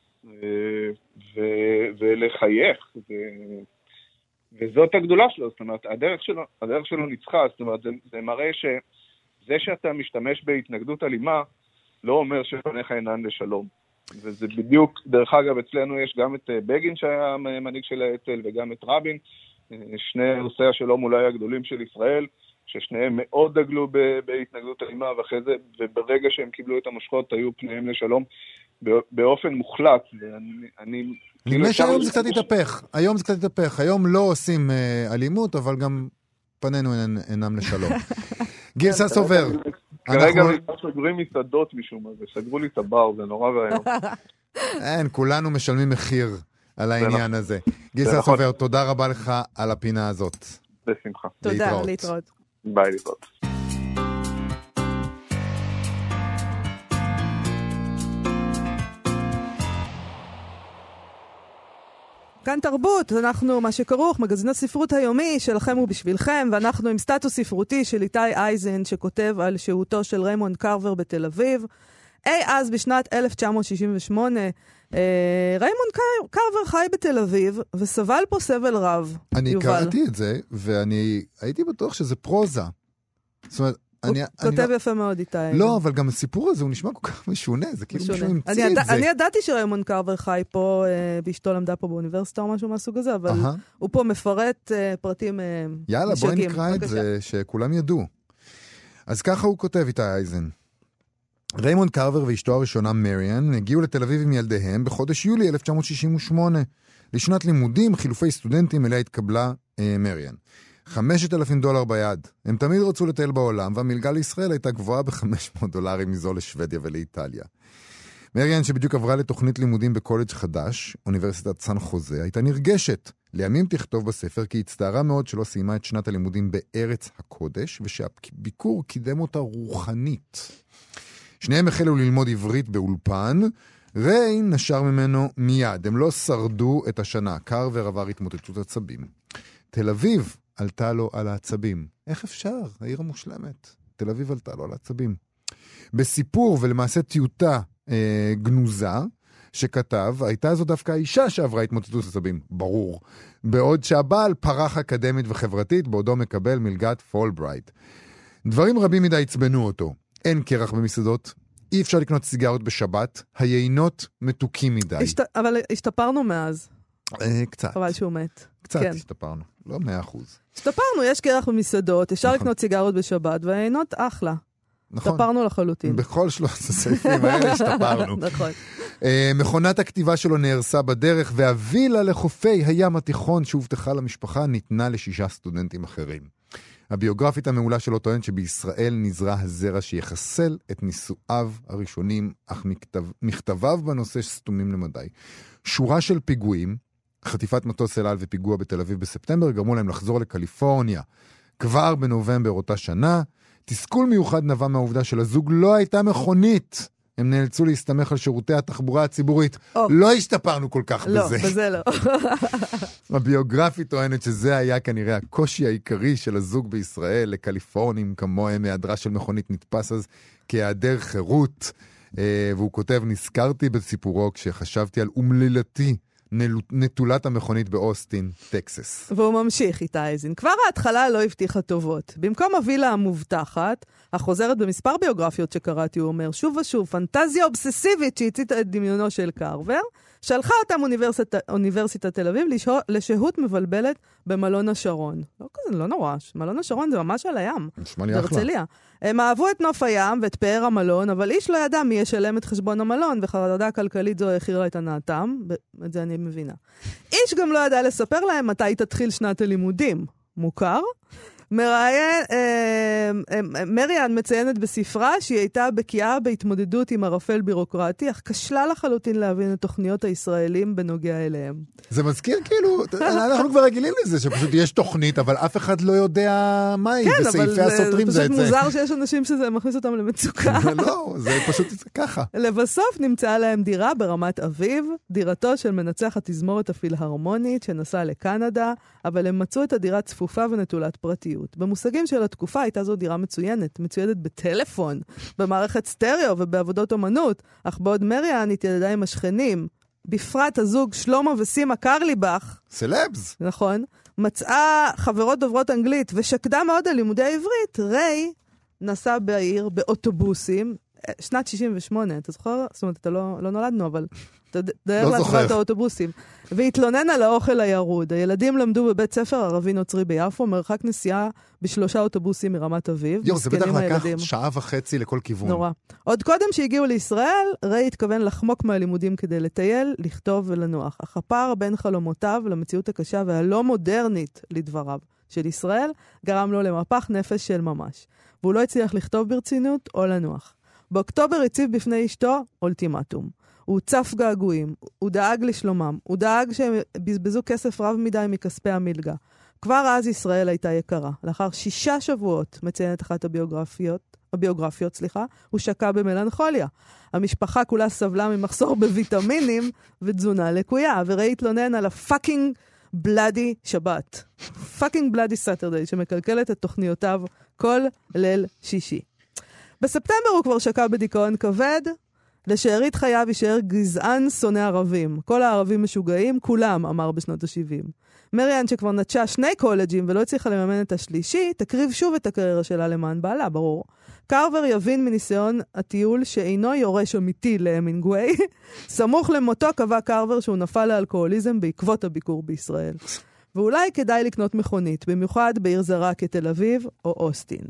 ולחייך. וזאת הגדולה שלו, זאת אומרת, הדרך שלו ניצחה, זאת אומרת, זה מראה שזה שאתה משתמש בהתנגדות אלימה, לא אומר שפניך אינן לשלום. וזה בדיוק, דרך אגב, אצלנו יש גם את בגין שהיה מנהיג של האצ"ל, וגם את רבין, שני נושאי השלום אולי הגדולים של ישראל, ששניהם מאוד דגלו בהתנגדות אלימה, ואחרי זה, וברגע שהם קיבלו את המושכות, היו פניהם לשלום באופן מוחלט. ואני נדמה שהיום זה קצת התהפך. היום לא עושים אלימות, אבל גם פנינו אינם לשלום. גיל ססובר. כרגע סגרו מסעדות משום מה, וסגרו לי את הבר, זה נורא והיום. אין, כולנו משלמים מחיר על העניין הזה. גיל ססובר, תודה רבה לך על הפינה הזאת. בשמחה. תודה, להתראות. ביי, להתראות. כאן תרבות, אנחנו מה שכרוך, מגזין הספרות היומי שלכם ובשבילכם, ואנחנו עם סטטוס ספרותי של איתי אייזן, שכותב על שהותו של ריימונד קרבר בתל אביב. אז בשנת 1968, ריימונד קרבר חי בתל אביב, וסבל פה סבל רב. אני קראתי את זה, ואני הייתי בטוח שזה פרוזה. זאת אומרת, הוא כותב יפה מאוד איתי. לא, אבל גם הסיפור הזה הוא נשמע כל כך משונה, זה כאילו מישהו המציא את זה. אני ידעתי שריימונד קרבר חי פה, ואשתו למדה פה באוניברסיטה או משהו מהסוג הזה, אבל הוא פה מפרט פרטים משגעים. יאללה, בואי נקרא את זה, שכולם ידעו. אז ככה הוא כותב איתי אייזן. ריימונד קרבר ואשתו הראשונה מריאן הגיעו לתל אביב עם ילדיהם בחודש יולי 1968. לשנת לימודים, חילופי סטודנטים אליה התקבלה מריאן. $5,000 ביד. הם תמיד רצו לטייל בעולם, והמלגה לישראל הייתה גבוהה $500 מזו לשוודיה ולאיטליה. מריאן, שבדיוק עברה לתוכנית לימודים בקולג' חדש, אוניברסיטת סן חוזה, הייתה נרגשת. לימים תכתוב בספר כי הצטערה מאוד שלא סיימה את שנת הלימודים בארץ הקודש, ושהביקור קידם אותה רוחנית. שניהם החלו ללמוד עברית באולפן, ריין נשר ממנו מיד. הם לא שרדו את השנה. קרבר עבר התמוטטות עצבים. תל אביב עלתה לו על העצבים. איך אפשר? העיר המושלמת. תל אביב עלתה לו על העצבים. בסיפור ולמעשה טיוטה גנוזה שכתב, הייתה זו דווקא האישה שעברה התמוטטות עצבים. ברור. בעוד שהבעל פרח אקדמית וחברתית, בעודו מקבל מלגת פולברייט. דברים רבים מדי הצבנו אותו. אין קרח במסעדות, אי אפשר לקנות סיגרות בשבת, היינות מתוקים מדי. אבל השתפרנו מאז. קצת. חבל שהוא מת. קצת השתפרנו, לא 100%. השתפרנו, יש קרח במסעדות, אפשר לקנות סיגרות בשבת, והיינות אחלה. נכון. השתפרנו לחלוטין. בכל 3 הסעיפים האלה השתפרנו. נכון. מכונת הכתיבה שלו נהרסה בדרך, והווילה לחופי הים התיכון שהובטחה למשפחה ניתנה ל6 סטודנטים אחרים. הביוגרפית המעולה שלו טוענת שבישראל נזרע הזרע שיחסל את נישואיו הראשונים, אך מכתביו בנושא סתומים למדי. שורה של פיגועים, חטיפת מטוס אל על ופיגוע בתל אביב בספטמבר, גרמו להם לחזור לקליפורניה כבר בנובמבר אותה שנה. תסכול מיוחד נבע מהעובדה שלזוג לא הייתה מכונית. הם נאלצו להסתמך על שירותי התחבורה הציבורית. לא השתפרנו כל כך בזה. לא, בזה לא. הביוגרפית טוענת שזה היה כנראה הקושי העיקרי של הזוג בישראל, לקליפורנים כמוהם, היעדרה של מכונית נתפס אז כהיעדר חירות. והוא כותב, נזכרתי בסיפורו כשחשבתי על אומללתי, נטולת המכונית באוסטין, טקסס. והוא ממשיך איתה איזין. כבר ההתחלה לא הבטיחה טובות. במקום הווילה המובטחת, החוזרת במספר ביוגרפיות שקראתי, הוא אומר, שוב ושוב, פנטזיה אובססיבית שהציתה את דמיונו של קרבר, שלחה אותם אוניברסיטת תל אביב לשהות מבלבלת במלון השרון. לא כזה, לא נורא. מלון השרון זה ממש על הים. נשמע לי אחלה. הם אהבו את נוף הים ואת פאר המלון, אבל איש לא ידע מי ישלם את חשבון המלון, וחרדה כלכלית זו הכירה את הנעתם. את זה אני מבינה. איש גם לא ידע לספר להם מתי תתחיל שנת הלימודים. מוכר? מריאן מציינת בספרה שהיא הייתה בקיאה בהתמודדות עם ערפל בירוקרטי, אך כשלה לחלוטין להבין את תוכניות הישראלים בנוגע אליהם. זה מזכיר כאילו, אנחנו כבר רגילים לזה, שפשוט יש תוכנית, אבל אף אחד לא יודע מה היא, וסעיפי הסותרים זה את זה. פשוט מוזר שיש אנשים שזה מכניס אותם למצוקה. לא, זה פשוט ככה. לבסוף נמצאה להם דירה ברמת אביב, דירתו של מנצח התזמורת הפילהרמונית שנסע לקנדה, אבל הם מצאו את הדירה צפופה ונטולת פרטיות. במושגים של התקופה הייתה זו דירה מצוינת, מצוידת בטלפון, במערכת סטריאו ובעבודות אומנות, אך בעוד מריאן התיידדה עם השכנים, בפרט הזוג שלמה וסימה קרליבך, סלבס. נכון, מצאה חברות דוברות אנגלית ושקדה מאוד על לימודי העברית, ריי נסע בעיר באוטובוסים, שנת 68, אתה זוכר? זאת אומרת, אתה לא נולדנו, אבל אתה דרך להסברת את האוטובוסים. והתלונן על האוכל הירוד. הילדים למדו בבית ספר ערבי נוצרי ביפו, מרחק נסיעה ב3 אוטובוסים מרמת אביב. זה בטח לקח 1.5 שעה לכל כיוון. נורא. עוד קודם שהגיעו לישראל, ריי התכוון לחמוק מהלימודים כדי לטייל, לכתוב ולנוח. אך הפער בין חלומותיו למציאות הקשה והלא מודרנית לדבריו של ישראל, גרם לו למהפך נפש של ממש. והוא לא הצליח לכתוב ברצינות או לנוח. באוקטובר הציב בפני אשתו אולטימטום. הוא צף געגועים, הוא דאג לשלומם, הוא דאג שהם בזבזו כסף רב מדי מכספי המלגה. כבר אז ישראל הייתה יקרה. לאחר 6 שבועות, מציינת אחת הביוגרפיות, הוא שקע במלנכוליה. המשפחה כולה סבלה ממחסור בוויטמינים ותזונה לקויה, וראי התלונן על הפאקינג בלאדי שבת. פאקינג בלאדי סאטרדיי, שמקלקלת את תוכניותיו כל ליל שישי. בספטמבר הוא כבר שקע בדיכאון כבד, לשארית חייו יישאר גזען שונא ערבים. כל הערבים משוגעים, כולם, אמר בשנות ה-70. מריאן שכבר נטשה 2 קולג'ים ולא הצליחה לממן את השלישי, תקריב שוב את הקריירה שלה למען בעלה, ברור. קרבר יבין מניסיון הטיול שאינו יורש אמיתי להמינגווי. סמוך למותו קבע קרבר שהוא נפל לאלכוהוליזם בעקבות הביקור בישראל. ואולי כדאי לקנות מכונית, במיוחד בעיר זרה כתל אביב או אוסטין.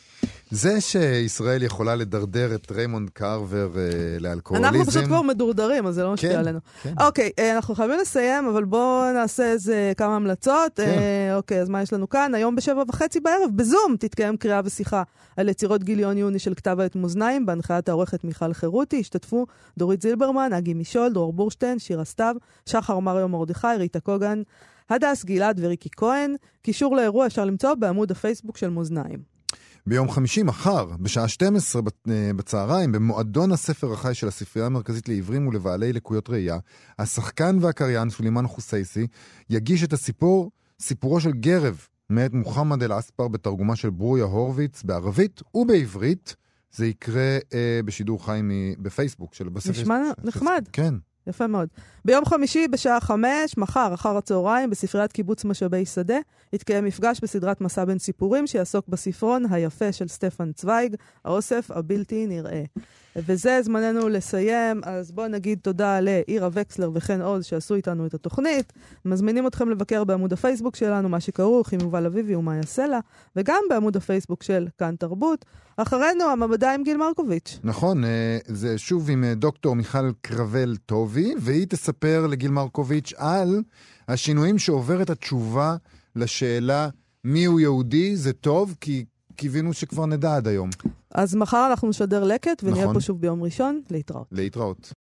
זה שישראל יכולה לדרדר את ריימונד קרבר לאלכוהוליזם. אנחנו פשוט כבר מדורדרים, אז זה לא משפיע עלינו. אוקיי, אנחנו חייבים לסיים, אבל בואו נעשה איזה כמה המלצות. אוקיי, אז מה יש לנו כאן? היום ב7:30 בערב, בזום, תתקיים קריאה ושיחה על יצירות גיליון יוני של כתב העת מאזניים, בהנחיית העורכת מיכל חירותי. השתתפו דורית זילברמן, אגי מישול, דרור בורשטיין, שירה סתיו, שחר מריו מרדכי, ריטה קוגן, הדס גלעד וריקי כהן. קישור לאירוע אפשר למצוא בעמוד הפייסבוק של מאזניים. ביום חמישי מחר, בשעה 12 בצהריים, במועדון הספר החי של הספרייה המרכזית לעיוורים ולבעלי לקויות ראייה, השחקן והקריין סולימן חוסייסי יגיש את סיפורו של גרב, מאת מוחמד אל-אספר בתרגומה של ברוריה הורוביץ, בערבית ובעברית. זה יקרה בשידור חי בפייסבוק של בספר. נשמע נחמד. כן. יפה מאוד. ביום חמישי בשעה 5, מחר, אחר הצהריים, בספריית קיבוץ משאבי שדה, יתקיים מפגש בסדרת מסע בין סיפורים, שיעסוק בספרון היפה של סטפן צוויג, האוסף הבלתי נראה. וזה זמננו לסיים, אז בואו נגיד תודה לאירה וקסלר וכן עוז שעשו איתנו את התוכנית. מזמינים אתכם לבקר בעמוד הפייסבוק שלנו, מה שכרוך, עם יובל אביבי ומה יעשה לה, וגם בעמוד הפייסבוק של כאן תרבות. אחרינו, המעבדה עם גיל מרקוביץ'. נכון, זה שוב עם דוקטור מיכל קרבל טובי, והיא תספר לגיל מרקוביץ' על השינויים שעוברת התשובה לשאלה מיהו יהודי. זה טוב, כי קיווינו שכבר נדע עד היום. אז מחר אנחנו נשדר לקט, ונהיה פה שוב ביום ראשון. להתראות.